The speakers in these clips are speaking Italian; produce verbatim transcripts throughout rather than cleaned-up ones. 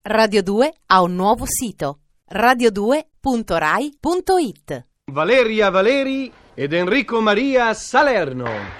Radio due ha un nuovo sito: radio due punto rai punto it. Valeria Valeri ed Enrico Maria Salerno.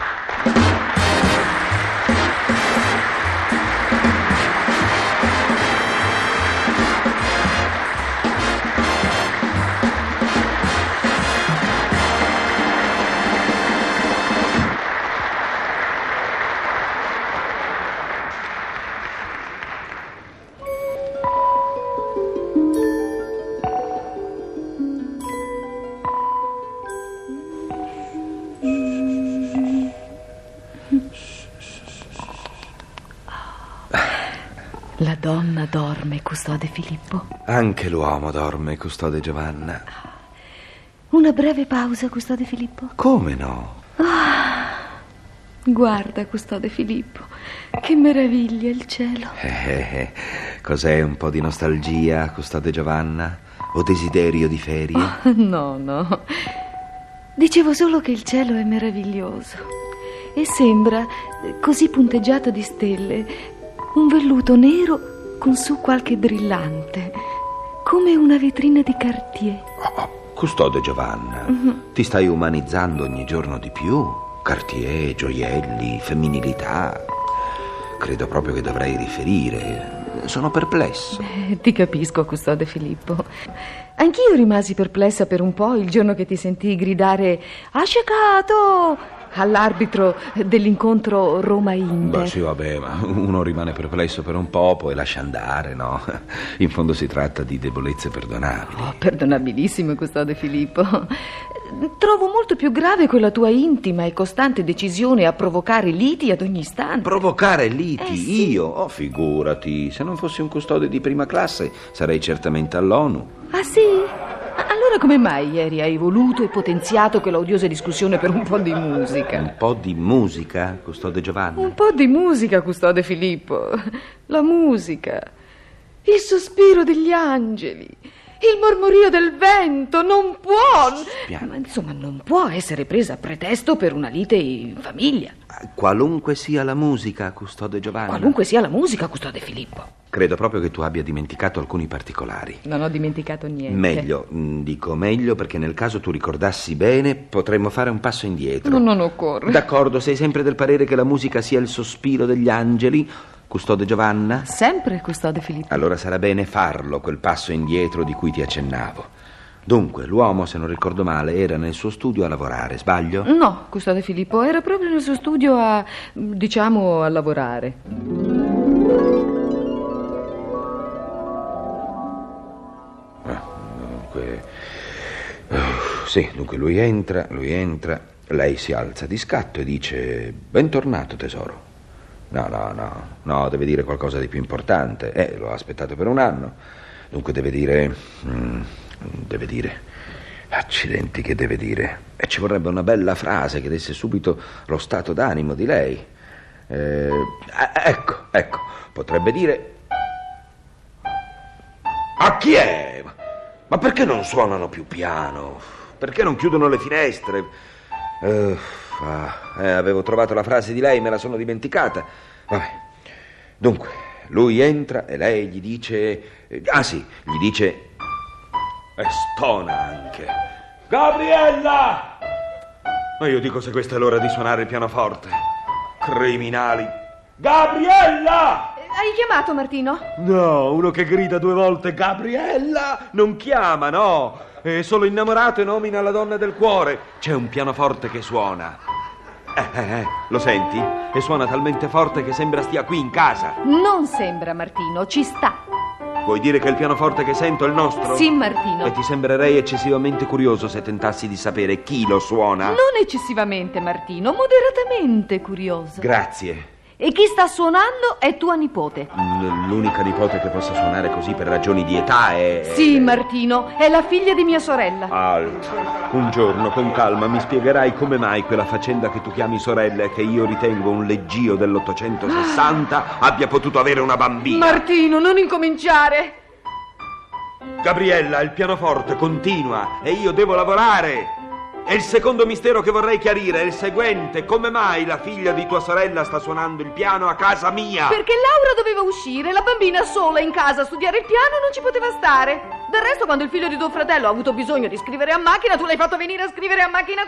La donna dorme, custode Filippo. Anche l'uomo dorme, custode Giovanna. Una breve pausa, custode Filippo. Come no? Ah, guarda, custode Filippo, che meraviglia il cielo. Eh, eh, cos'è, un po' di nostalgia, custode Giovanna? O desiderio di ferie? Oh, no, no. Dicevo solo che il cielo è meraviglioso e sembra così punteggiato di stelle, un velluto nero con su qualche brillante, come una vetrina di Cartier. Oh, custode Giovanna, Mm-hmm. ti stai umanizzando ogni giorno di più. Cartier, gioielli, femminilità. Credo proprio che dovrei riferire. Sono perplesso. Eh, ti capisco, custode Filippo. Anch'io rimasi perplessa per un po' il giorno che ti sentii gridare "Ascecato!" all'arbitro dell'incontro Roma-Inter. Beh, sì, vabbè, ma uno rimane perplesso per un po', poi lascia andare, no? In fondo si tratta di debolezze perdonabili. Oh, perdonabilissimo, custode Filippo. Trovo molto più grave quella tua intima e costante decisione a provocare liti ad ogni istante. Provocare liti? Eh, sì. Io? Oh, figurati, se non fossi un custode di prima classe sarei certamente all'ONU. Ah, sì? Allora come mai ieri hai voluto e potenziato quella odiosa discussione per un po' di musica? Un po' di musica, custode Giovanna? Un po' di musica, custode Filippo. La musica, il sospiro degli angeli, il mormorio del vento non può, Piano. ma insomma non può essere presa a pretesto per una lite in famiglia. Qualunque sia la musica, custode Giovanna. Qualunque sia la musica, custode Filippo. Credo proprio che tu abbia dimenticato alcuni particolari. Non ho dimenticato niente. Meglio, mh, dico meglio, perché nel caso tu ricordassi bene potremmo fare un passo indietro. No, non occorre. D'accordo, sei sempre del parere che la musica sia il sospiro degli angeli, custode Giovanna? Sempre, custode Filippo. Allora sarà bene farlo, quel passo indietro di cui ti accennavo. Dunque, l'uomo, se non ricordo male, era nel suo studio a lavorare, sbaglio? No, custode Filippo, era proprio nel suo studio a, diciamo, a lavorare. Ah, dunque... Uh, sì, dunque lui entra, lui entra, lei si alza di scatto e dice: bentornato, tesoro. No, no, no, no, deve dire qualcosa di più importante. Eh, l'ho aspettato per un anno. Dunque deve dire... Mm, deve dire... Accidenti, che deve dire? E ci vorrebbe una bella frase che desse subito lo stato d'animo di lei. Eh, ecco, ecco, potrebbe dire... A chi è? Ma perché non suonano più piano? Perché non chiudono le finestre? Eh, ah, eh, avevo trovato la frase di lei, me la sono dimenticata. Vabbè. Dunque, lui entra e lei gli dice... Ah sì, gli dice... E stona anche. Gabriella! Ma io dico, se questa è l'ora di suonare il pianoforte. Criminali. Gabriella! Hai chiamato, Martino? No, uno che grida due volte Gabriella non chiama, no. È solo innamorato e nomina la donna del cuore. C'è un pianoforte che suona. Eh, eh, eh, lo senti? E suona talmente forte che sembra stia qui in casa. Non sembra, Martino, ci sta. Vuoi dire che il pianoforte che sento è il nostro? Sì, Martino. E ti sembrerei eccessivamente curioso se tentassi di sapere chi lo suona? Non eccessivamente, Martino, moderatamente curioso. Grazie. E chi sta suonando è tua nipote. L- L'unica nipote che possa suonare così per ragioni di età è... Sì, Martino, è la figlia di mia sorella. Alt. Un giorno, con calma, mi spiegherai come mai quella faccenda che tu chiami sorella e che io ritengo un leggio dell'ottocentosessanta abbia potuto avere una bambina. Martino, non incominciare. Gabriella, il pianoforte continua e io devo lavorare. E il secondo mistero che vorrei chiarire è il seguente: come mai la figlia di tua sorella sta suonando il piano a casa mia? Perché Laura doveva uscire, la bambina sola in casa a studiare il piano non ci poteva stare. Del resto, quando il figlio di tuo fratello ha avuto bisogno di scrivere a macchina, tu l'hai fatto venire a scrivere a macchina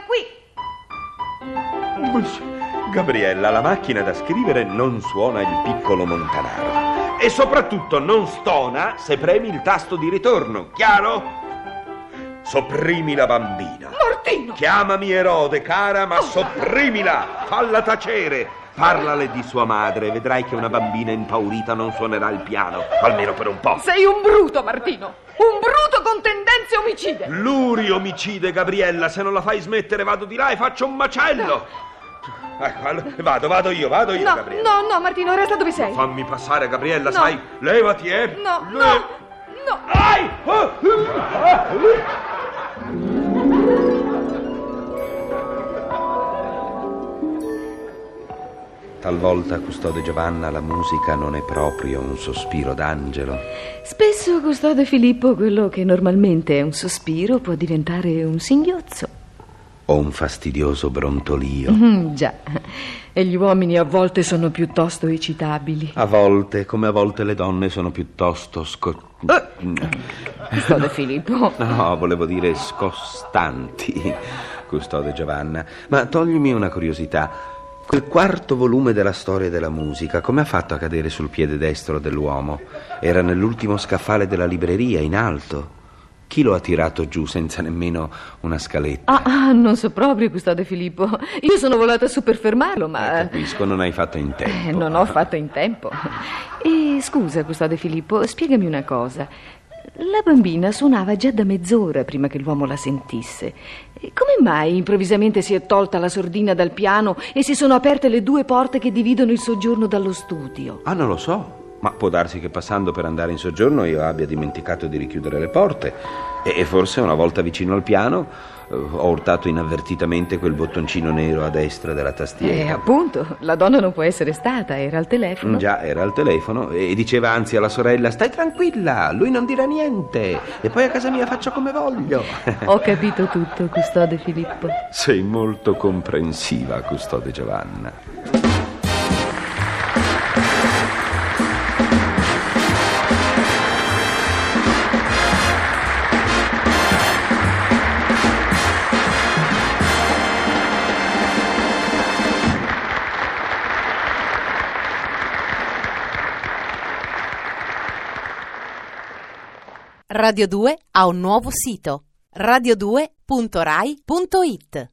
qui. Gabriella, la macchina da scrivere non suona il piccolo Montanaro. E soprattutto non stona se premi il tasto di ritorno, chiaro? Sopprimi la bambina. Martino! Chiamami Erode, cara, ma sopprimila! Falla tacere! Parlale di sua madre, vedrai che una bambina impaurita non suonerà il piano, almeno per un po'. Sei un bruto, Martino! Un bruto con tendenze omicide! Luri omicide, Gabriella, se non la fai smettere vado di là e faccio un macello! Ecco, allora, vado, vado io, vado io, No, Gabriella. no, no, Martino, resta dove sei. Fammi passare, Gabriella, No. sai? Levati, eh! No, Le- no, no! Ai! Ah! Ah! Talvolta, custode Giovanna, la musica non è proprio un sospiro d'angelo. Spesso, custode Filippo, quello che normalmente è un sospiro può diventare un singhiozzo. O un fastidioso brontolio. Mm, già, e gli uomini a volte sono piuttosto eccitabili. A volte, come a volte le donne sono piuttosto sco... Custode Filippo. No, volevo dire scostanti, custode Giovanna. Ma toglimi una curiosità. Quel quarto volume della storia della musica, come ha fatto a cadere sul piede destro dell'uomo? Era nell'ultimo scaffale della libreria, in alto. Chi lo ha tirato giù senza nemmeno una scaletta? Ah, ah, non so proprio, custode Filippo. Io sono volata su per fermarlo, ma... Eh, capisco, non hai fatto in tempo. Eh, non ho fatto in tempo. E scusa, custode Filippo, spiegami una cosa. La bambina suonava già da mezz'ora prima che l'uomo la sentisse. E come mai improvvisamente si è tolta la sordina dal piano e si sono aperte le due porte che dividono il soggiorno dallo studio? Ah, non lo so. Ma può darsi che passando per andare in soggiorno io abbia dimenticato di richiudere le porte e, e forse una volta vicino al piano eh, ho urtato inavvertitamente quel bottoncino nero a destra della tastiera. Eh, appunto, la donna non può essere stata, era al telefono. Già, era al telefono e diceva anzi alla sorella: stai tranquilla, lui non dirà niente e poi a casa mia faccio come voglio. Ho capito tutto, custode Filippo. Sei molto comprensiva, custode Giovanna. Radio due ha un nuovo sito: radio due punto rai punto it.